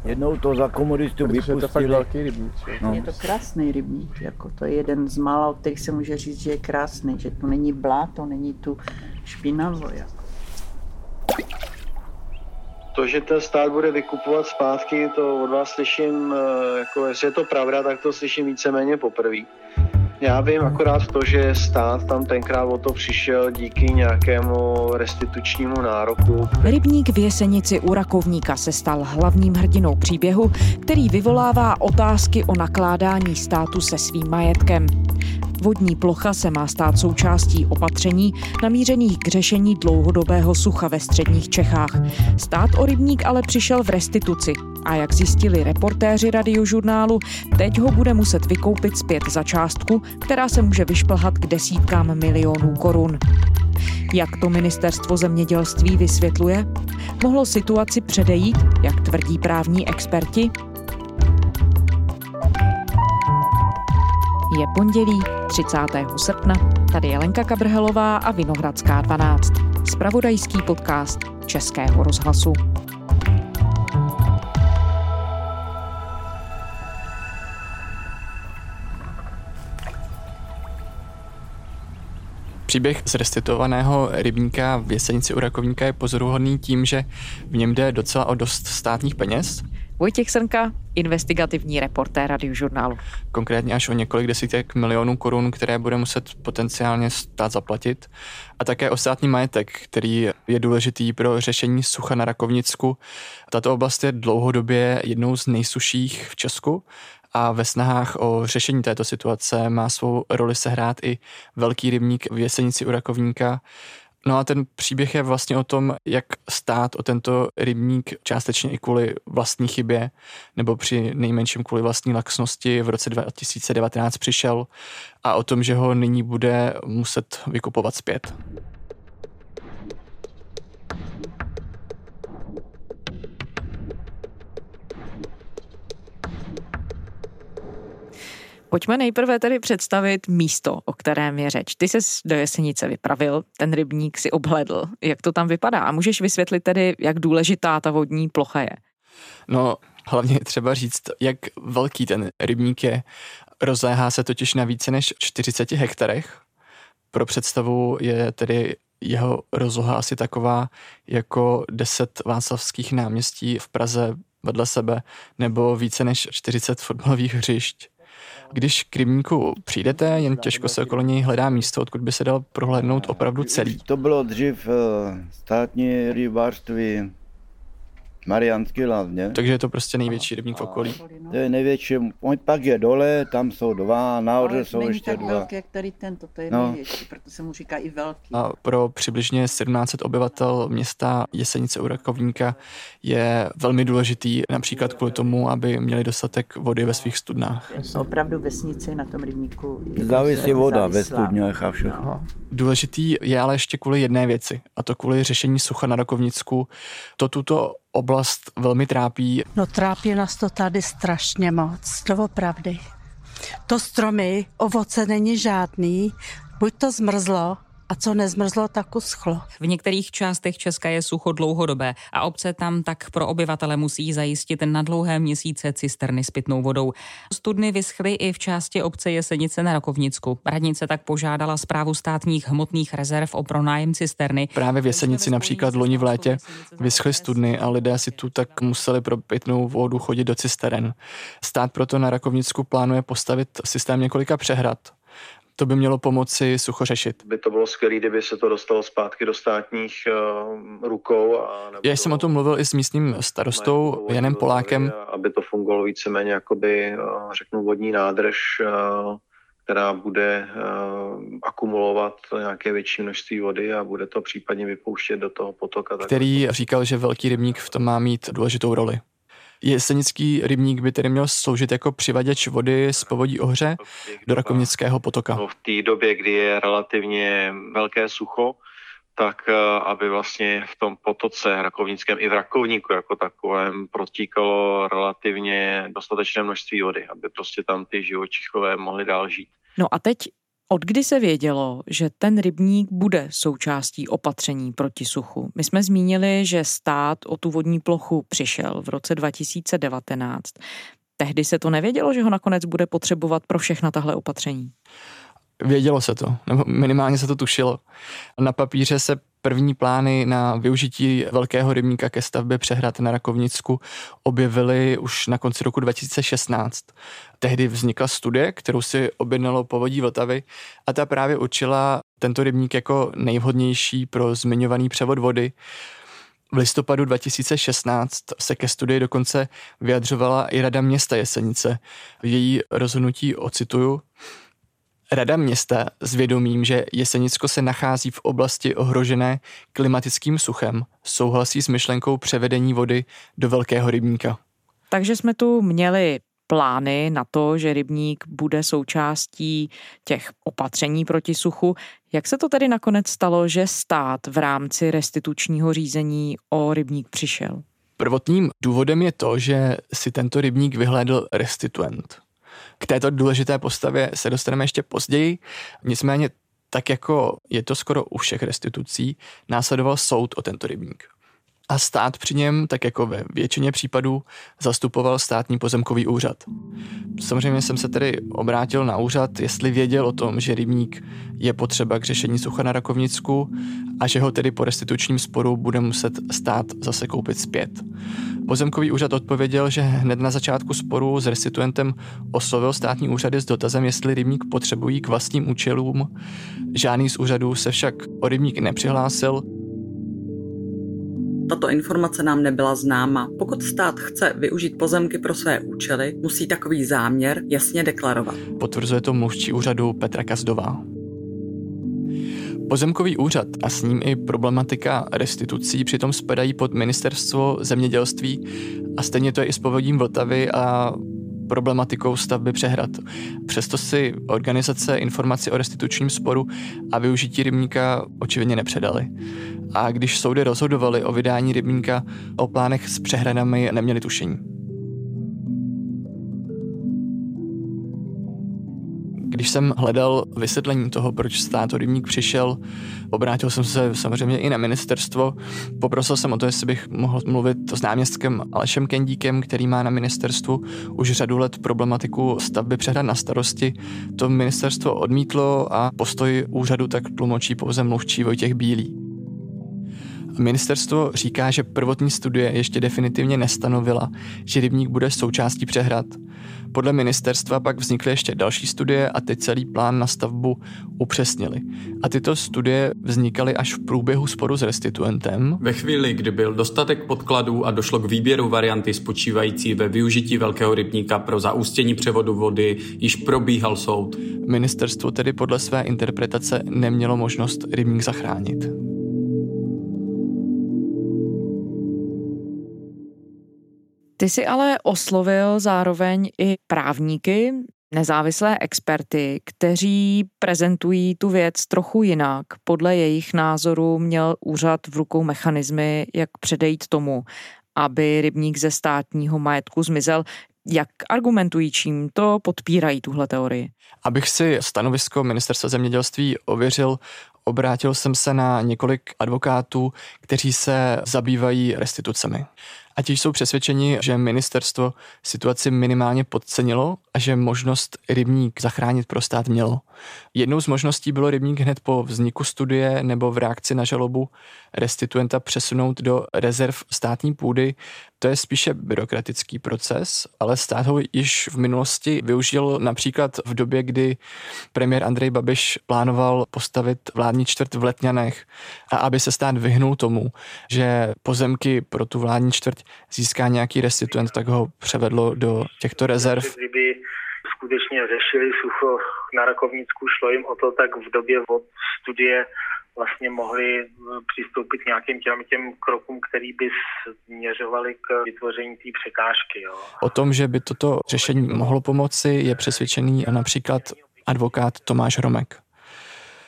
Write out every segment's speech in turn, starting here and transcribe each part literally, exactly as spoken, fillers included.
Jednou to za komunistů vypustili. Je to fakt velký rybník. No. Je to krásný rybník, jako to je jeden z mála, od kterých se může říct, že je krásný, že tu není bláto, není tu špinavo. Jako. To, že ten stát bude vykupovat zpátky, to od vás slyším, jako jestli je to pravda, tak to slyším víceméně poprvé. Já vím akorát to, že stát tam tenkrát o to přišel díky nějakému restitučnímu nároku. Rybník v Jesenici u Rakovníka se stal hlavním hrdinou příběhu, který vyvolává otázky o nakládání státu se svým majetkem. Vodní plocha se má stát součástí opatření namířených k řešení dlouhodobého sucha ve středních Čechách. Stát o rybník ale přišel v restituci a jak zjistili reportéři Radiožurnálu, teď ho bude muset vykoupit zpět za částku, která se může vyšplhat k desítkám milionů korun. Jak to ministerstvo zemědělství vysvětluje? Mohlo situaci předejít, jak tvrdí právní experti? Je pondělí třicátého srpna, tady je Lenka Kabrhelová a Vinohradská dvanáct, zpravodajský podcast Českého rozhlasu. Příběh z restituovaného rybníka v Jesenici u Rakovníka je pozoruhodný tím, že v něm jde docela o dost státních peněz. Vojtěch Srnka, investigativní reportér Radiožurnálu. Konkrétně až o několik desítek milionů korun, které bude muset potenciálně stát zaplatit. A také o státní majetek, který je důležitý pro řešení sucha na Rakovnicku. Tato oblast je dlouhodobě jednou z nejsušších v Česku a ve snahách o řešení této situace má svou roli sehrát i velký rybník v Jesenici u Rakovníka. No a ten příběh je vlastně o tom, jak stát o tento rybník částečně i kvůli vlastní chybě nebo při nejmenším kvůli vlastní laxnosti v roce dva tisíce devatenáct přišel a o tom, že ho nyní bude muset vykupovat zpět. Pojďme nejprve tedy představit místo, o kterém je řeč. Ty ses do Jesenice vypravil, ten rybník si obhledl. Jak to tam vypadá? A můžeš vysvětlit tedy, jak důležitá ta vodní plocha je? No, hlavně třeba říct, jak velký ten rybník je. Rozléhá se totiž na více než čtyřicet hektarech. Pro představu je tedy jeho rozloha asi taková jako deset václavských náměstí v Praze vedle sebe, nebo více než čtyřicet fotbalových hřišť. Když k rybníku přijdete, jen těžko se okolo něj hledá místo, odkud by se dal prohlédnout opravdu celý. To bylo dřív státní rybářství Mariánské Lázně. Takže je to prostě největší rybník v okolí. To je největší, pak je dole, tam jsou dva, nahoře jsou není ještě tak dva. velký, jak tady tento, to je no. největší, proto se mu říká i velký. A pro přibližně sedmnáct set obyvatel města Jesenice u Rakovníka je velmi důležitý například kvůli tomu, aby měli dostatek vody ve svých studnách. Opravdu vesnice na tom rybníku závisí voda ve studňách a všechno. No. Důležitý je ale ještě kvůli jedné věci, a to kvůli řešení sucha na Rakovnicku. To tuto oblast velmi trápí. No trápí nás to tady strašně moc, doopravdy. To stromy, ovoce není žádný, buď to zmrzlo, a co nezmrzlo, tak uschlo. V některých částech Česka je sucho dlouhodobé a obce tam tak pro obyvatele musí zajistit na dlouhé měsíce cisterny s pitnou vodou. Studny vyschly i v části obce Jesenice na Rakovnicku. Radnice tak požádala Správu státních hmotných rezerv o pronájem cisterny. Právě v Jesenici například loni v létě vyschly studny a lidé si tu tak museli pro pitnou vodu chodit do cisteren. Stát proto na Rakovnicku plánuje postavit systém několika přehrad. To by mělo pomoci sucho řešit. By to bylo skvělé, kdyby se to dostalo zpátky do státních uh, rukou. A Já jsem o tom mluvil i s místním starostou Janem Polákem. Aby to fungovalo víceméně jakoby, uh, řeknu, vodní nádrž, uh, která bude uh, akumulovat nějaké větší množství vody a bude to případně vypouštět do toho potoka. Který říkal, že velký rybník v tom má mít důležitou roli. Jesenický rybník by tedy měl sloužit jako přivaděč vody z povodí Ohře do Rakovnického potoka. No, v té době, kdy je relativně velké sucho, tak aby vlastně v tom potoce rakovnickém i v Rakovníku jako takovém protíkalo relativně dostatečné množství vody, aby prostě tam ty živočichové mohly dál žít. No a teď Od kdy se vědělo, že ten rybník bude součástí opatření proti suchu? My jsme zmínili, že stát o tu vodní plochu přišel v roce dva tisíce devatenáct. Tehdy se to nevědělo, že ho nakonec bude potřebovat pro všechna tahle opatření? Vědělo se to, nebo minimálně se to tušilo. Na papíře se první plány na využití velkého rybníka ke stavbě přehrad na Rakovnicku objevily už na konci roku dva tisíce šestnáct. Tehdy vznikla studie, kterou si objednalo Povodí Vltavy a ta právě určila tento rybník jako nejvhodnější pro zmiňovaný převod vody. V listopadu dva tisíce šestnáct se ke studii dokonce vyjadřovala i Rada města Jesenice. V její rozhodnutí ocituju: Rada města s vědomím, že Jesenicko se nachází v oblasti ohrožené klimatickým suchem, souhlasí s myšlenkou převedení vody do velkého rybníka. Takže jsme tu měli plány na to, že rybník bude součástí těch opatření proti suchu. Jak se to tedy nakonec stalo, že stát v rámci restitučního řízení o rybník přišel? Prvotním důvodem je to, že si tento rybník vyhlédl restituent. K této důležité postavě se dostaneme ještě později, nicméně tak jako je to skoro u všech restitucí, následoval soud o tento rybník. A stát při něm, tak jako ve většině případů, zastupoval státní pozemkový úřad. Samozřejmě jsem se tedy obrátil na úřad, jestli věděl o tom, že rybník je potřeba k řešení sucha na Rakovnicku a že ho tedy po restitučním sporu bude muset stát zase koupit zpět. Pozemkový úřad odpověděl, že hned na začátku sporu s restituentem oslovil státní úřady s dotazem, jestli rybník potřebují k vlastním účelům. Žádný z úřadů se však o rybník nepřihlásil. Tato informace nám nebyla známa. Pokud stát chce využít pozemky pro své účely, musí takový záměr jasně deklarovat. Potvrzuje to mluvčí úřadu Petra Kazdová. Pozemkový úřad a s ním i problematika restitucí přitom spadají pod ministerstvo zemědělství a stejně to je i s Povodím Vltavy a problematikou stavby přehrad. Přesto si organizace informaci o restitučním sporu a využití rybníka očividně nepředali. A když soudy rozhodovaly o vydání rybníka, o plánech s přehradami neměli tušení. Když jsem hledal vysvětlení toho, proč stát o rybník přišel, obrátil jsem se samozřejmě i na ministerstvo. Poprosil jsem o to, jestli bych mohl mluvit s náměstkem Alešem Kendíkem, který má na ministerstvu už řadu let problematiku stavby přehrad na starosti. To ministerstvo odmítlo a postoj úřadu tak tlumočí pouze mluvčí Vojtěch Bílý. Ministerstvo říká, že prvotní studie ještě definitivně nestanovila, že rybník bude součástí přehrad. Podle ministerstva pak vznikly ještě další studie a ty celý plán na stavbu upřesnili. A tyto studie vznikaly až v průběhu sporu s restituentem. Ve chvíli, kdy byl dostatek podkladů a došlo k výběru varianty spočívající ve využití velkého rybníka pro zaústění převodu vody, již probíhal soud. Ministerstvo tedy podle své interpretace nemělo možnost rybník zachránit. Ty jsi ale oslovil zároveň i právníky, nezávislé experty, kteří prezentují tu věc trochu jinak. Podle jejich názoru měl úřad v rukou mechanismy, jak předejít tomu, aby rybník ze státního majetku zmizel. Jak argumentují, čím to podpírají tuhle teorii? Abych si stanovisko Ministerstva zemědělství ověřil, obrátil jsem se na několik advokátů, kteří se zabývají restitucemi. A ti jsou přesvědčeni, že ministerstvo situaci minimálně podcenilo a že možnost rybník zachránit pro stát mělo. Jednou z možností bylo rybník hned po vzniku studie nebo v reakci na žalobu restituenta přesunout do rezerv státní půdy. To je spíše byrokratický proces, ale stát ho již v minulosti využil například v době, kdy premiér Andrej Babiš plánoval postavit vládní čtvrť v Letňanech a aby se stát vyhnul tomu, že pozemky pro tu vládní čtvrť získá nějaký restituent, tak ho převedlo do těchto rezerv. Kdyby skutečně řešili sucho na Rakovnicku, šlo jim o to, tak v době od studie vlastně mohli přistoupit k nějakým těm, těm krokům, který by směřovaly k vytvoření té překážky. Jo. O tom, že by toto řešení mohlo pomoci, je přesvědčený například advokát Tomáš Hromek.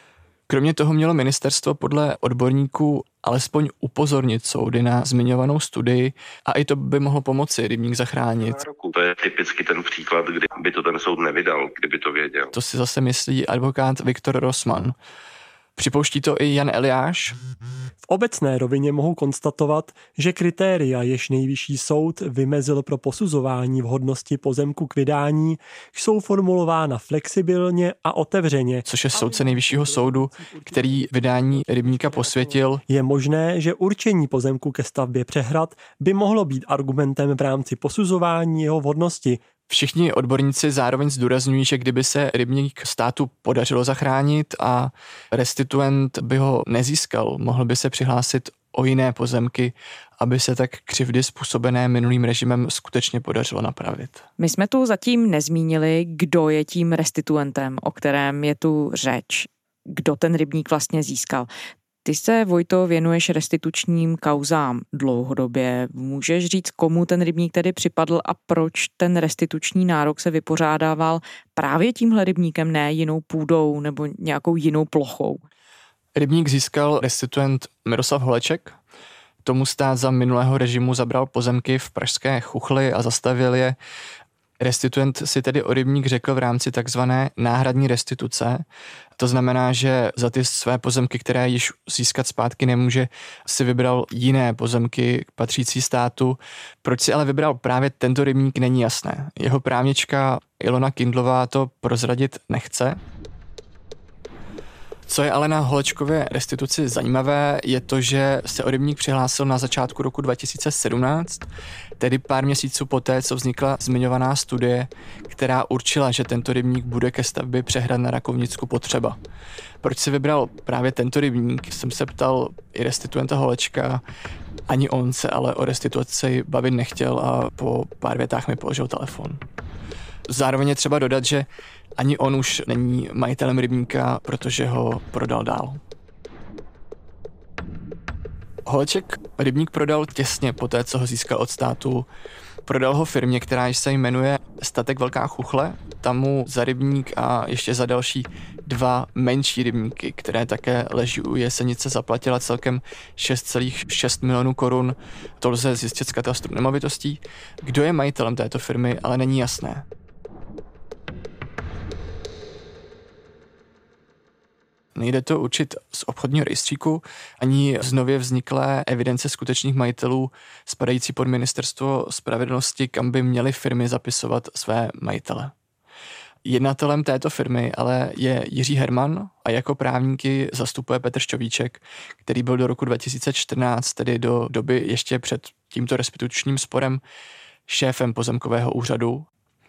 Kromě toho mělo ministerstvo podle odborníků alespoň upozornit soudy na zmiňovanou studii a i to by mohlo pomoci rybník zachránit. To je typicky ten příklad, kdy by to ten soud nevydal, kdyby to věděl. To si zase myslí advokát Viktor Rossmann. Připouští to i Jan Eliáš. V obecné rovině mohu konstatovat, že kritéria, jež nejvyšší soud vymezil pro posuzování vhodnosti pozemku k vydání, jsou formulována flexibilně a otevřeně. Což je soudce nejvyššího soudu, který vydání rybníka posvětil. Je možné, že určení pozemku ke stavbě přehrad by mohlo být argumentem v rámci posuzování jeho vhodnosti. Všichni odborníci zároveň zdůrazňují, že kdyby se rybník státu podařilo zachránit a restituent by ho nezískal, mohl by se přihlásit o jiné pozemky, aby se tak křivdy způsobené minulým režimem skutečně podařilo napravit. My jsme tu zatím nezmínili, kdo je tím restituentem, o kterém je tu řeč. Kdo ten rybník vlastně získal. Ty se, Vojto, věnuješ restitučním kauzám dlouhodobě. Můžeš říct, komu ten rybník tedy připadl a proč ten restituční nárok se vypořádával právě tímhle rybníkem, ne jinou půdou nebo nějakou jinou plochou? Rybník získal restituent Miroslav Holeček. Tomu stát za minulého režimu zabral pozemky v pražské Chuchli a zastavil je. Restituent si tedy o rybník řekl v rámci takzvané náhradní restituce. To znamená, že za ty své pozemky, které již získat zpátky nemůže, si vybral jiné pozemky patřící státu. Proč si ale vybral právě tento rybník, není jasné. Jeho právnička Ilona Kindlová to prozradit nechce. Co je ale na Holečkově restituci zajímavé, je to, že se o rybník přihlásil na začátku roku dva tisíce sedmnáct, tedy pár měsíců poté, co vznikla zmiňovaná studie, která určila, že tento rybník bude ke stavbě přehrad na Rakovnicku potřeba. Proč si vybral právě tento rybník, jsem se ptal i restituenta Holečka, ani on se ale o restituci bavit nechtěl a po pár větách mi položil telefon. Zároveň je třeba dodat, že ani on už není majitelem rybníka, protože ho prodal dál. Holeček rybník prodal těsně po té, co ho získal od státu. Prodal ho firmě, která se jmenuje Statek Velká Chuchle. Tam mu za rybník a ještě za další dva menší rybníky, které také leží u Jesenice, zaplatila celkem šest celá šest milionů korun. To lze zjistit z katastru nemovitostí. Kdo je majitelem této firmy, ale není jasné. Nejde to určit z obchodního rejstříku, ani z nově vzniklé evidence skutečných majitelů spadající pod Ministerstvo spravedlnosti, kam by měly firmy zapisovat své majitele. Jednatelem této firmy ale je Jiří Herman a jako právníky zastupuje Petr Šťovíček, který byl do roku dva tisíce čtrnáct, tedy do doby ještě před tímto restitučním sporem, šéfem pozemkového úřadu.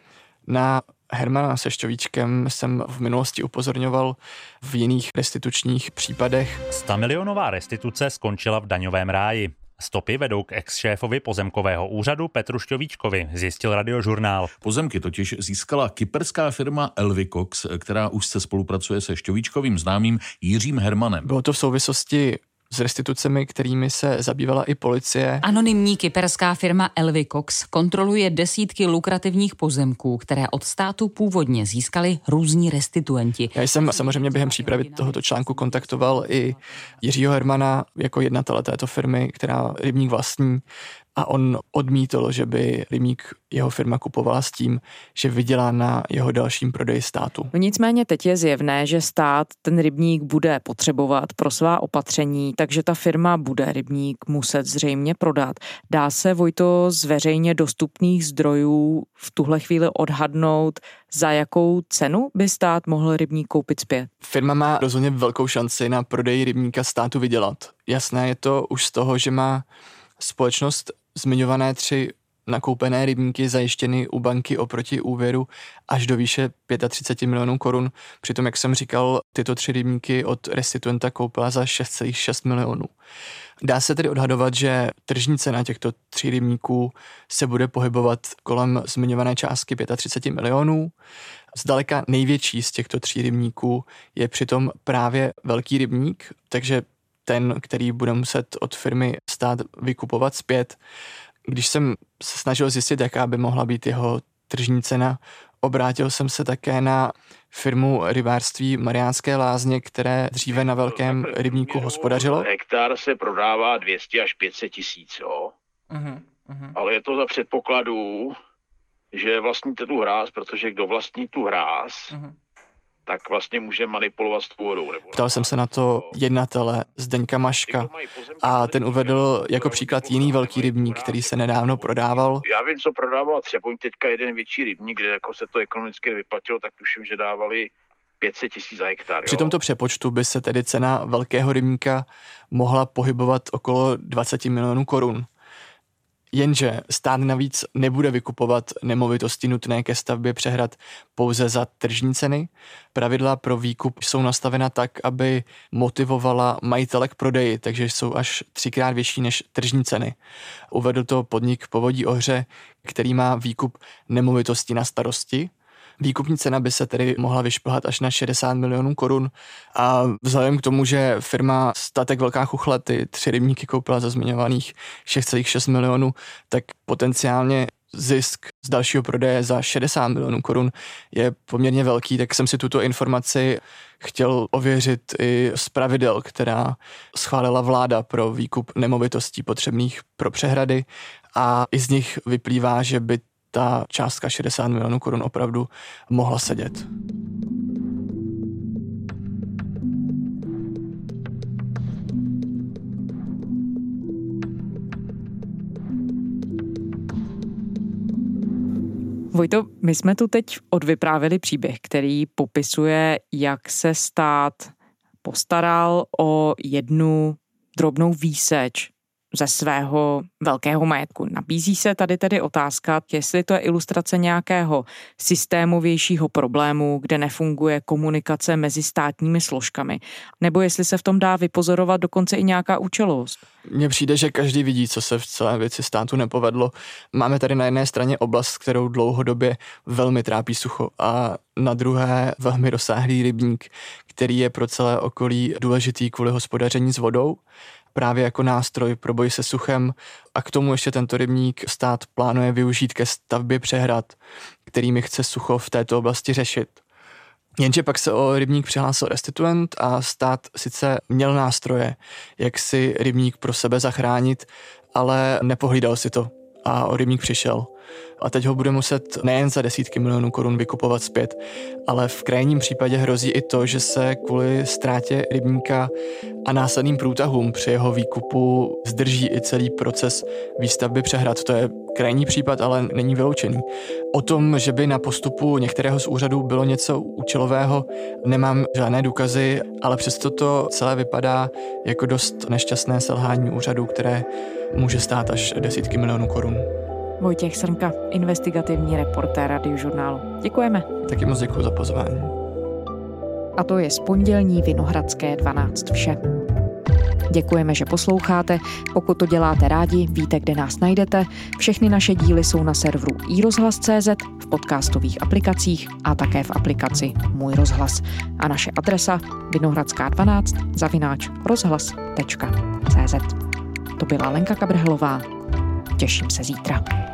Na Hermana se Šťovíčkem jsem v minulosti upozorňoval v jiných restitučních případech. Stamilionová restituce skončila v daňovém ráji. Stopy vedou k ex-šéfovi pozemkového úřadu Petru Šťovíčkovi, zjistil Radiožurnál. Pozemky totiž získala kyperská firma Elvicox, která už se spolupracuje se Šťovíčkovým známým Jiřím Hermanem. Bylo to v souvislosti s restitucemi, kterými se zabývala i policie. Anonymní kyperská firma Elvicox kontroluje desítky lukrativních pozemků, které od státu původně získali různí restituenti. Já jsem samozřejmě během přípravy tohoto článku kontaktoval i Jiřího Hermana jako jednatele této firmy, která rybník vlastní. A on odmítl, že by rybník jeho firma kupovala s tím, že vydělá na jeho dalším prodeji státu. No nicméně teď je zjevné, že stát ten rybník bude potřebovat pro svá opatření, takže ta firma bude rybník muset zřejmě prodat. Dá se, Vojto, z veřejně dostupných zdrojů v tuhle chvíli odhadnout, za jakou cenu by stát mohl rybník koupit zpět? Firma má rozhodně velkou šanci na prodeji rybníka státu vydělat. Jasné je to už z toho, že má společnost zmiňované tři nakoupené rybníky zajištěny u banky oproti úvěru až do výše třicet pět milionů korun. Přitom, jak jsem říkal, tyto tři rybníky od restituenta koupila za šest celá šest milionů. Dá se tedy odhadovat, že tržní cena těchto tří rybníků se bude pohybovat kolem zmiňované částky třicet pět milionů. Zdaleka největší z těchto tří rybníků je přitom právě Velký rybník, takže ten, který bude muset od firmy stát vykupovat zpět. Když jsem se snažil zjistit, jaká by mohla být jeho tržní cena, Obrátil jsem se také na firmu rybářství Mariánské Lázně, které dříve na velkém rybníku hospodařilo. Hektar se prodává dvě stě až pět set tisíc, jo. Uh-huh, uh-huh. Ale je to za předpokladu, že vlastníte tu hráz, protože kdo vlastní tu hráz, uh-huh. tak vlastně může manipulovat s tou vodou. Ptal jsem se na to jednatele Zdeňka Maška a ten uvedl jako příklad jiný velký rybník, který se nedávno prodával. Já vím, co prodával třeba teďka jeden větší rybník, kde jako se to ekonomicky vyplatilo, tak tuším, že dávali pět set tisíc za hektar. Při tomto přepočtu by se tedy cena velkého rybníka mohla pohybovat okolo dvacet milionů korun. Jenže stát navíc nebude vykupovat nemovitosti nutné ke stavbě přehrad pouze za tržní ceny. Pravidla pro výkup jsou nastavena tak, aby motivovala majitele k prodeji, takže jsou až třikrát větší než tržní ceny. Uvedl to podnik Povodí Ohře, který má výkup nemovitostí na starosti. Výkupní cena by se tedy mohla vyšplhat až na šedesát milionů korun a vzhledem k tomu, že firma Statek Velká Chuchla ty tři rybníky koupila za zmiňovaných šest celá šest milionů, tak potenciálně zisk z dalšího prodeje za šedesát milionů korun je poměrně velký, tak jsem si tuto informaci chtěl ověřit i z pravidel, která schválila vláda pro výkup nemovitostí potřebných pro přehrady a i z nich vyplývá, že by ta částka šedesát milionů korun opravdu mohla sedět. Vojto, my jsme tu teď odvyprávili příběh, který popisuje, jak se stát postaral o jednu drobnou výseč ze svého velkého majetku. Nabízí se tady tedy otázka, jestli to je ilustrace nějakého systémovějšího problému, kde nefunguje komunikace mezi státními složkami, nebo jestli se v tom dá vypozorovat dokonce i nějaká účelovost. Mně přijde, že každý vidí, co se v celé věci státu nepovedlo. Máme tady na jedné straně oblast, kterou dlouhodobě velmi trápí sucho a na druhé velmi rozsáhlý rybník, který je pro celé okolí důležitý kvůli hospodaření s vodou, právě jako nástroj pro boj se suchem a k tomu ještě tento rybník stát plánuje využít ke stavbě přehrad, kterými chce sucho v této oblasti řešit. Jenže pak se o rybník přihlásil restituent a stát sice měl nástroje, jak si rybník pro sebe zachránit, ale nepohlídal si to a o rybník přišel. A teď ho bude muset nejen za desítky milionů korun vykupovat zpět, ale v krajním případě hrozí i to, že se kvůli ztrátě rybníka a následným průtahům při jeho výkupu zdrží i celý proces výstavby přehrad. To je krajní případ, ale není vyloučený. O tom, že by na postupu některého z úřadů bylo něco účelového, nemám žádné důkazy, ale přesto to celé vypadá jako dost nešťastné selhání úřadů, které může stát až desítky milionů korun. Vojtěch Srnka, investigativní reportér Radiožurnálu. Děkujeme. Taky moc děkuji za pozvání. A to je z pondělní Vinohradské dvanáct vše. Děkujeme, že posloucháte. Pokud to děláte rádi, víte, kde nás najdete. Všechny naše díly jsou na serveru i rozhlas tečka cé zet, v podcastových aplikacích a také v aplikaci Můj rozhlas. A naše adresa vinohradská dvanáct zavináč rozhlas tečka cé zet. To byla Lenka Kabrhelová. Těším se zítra.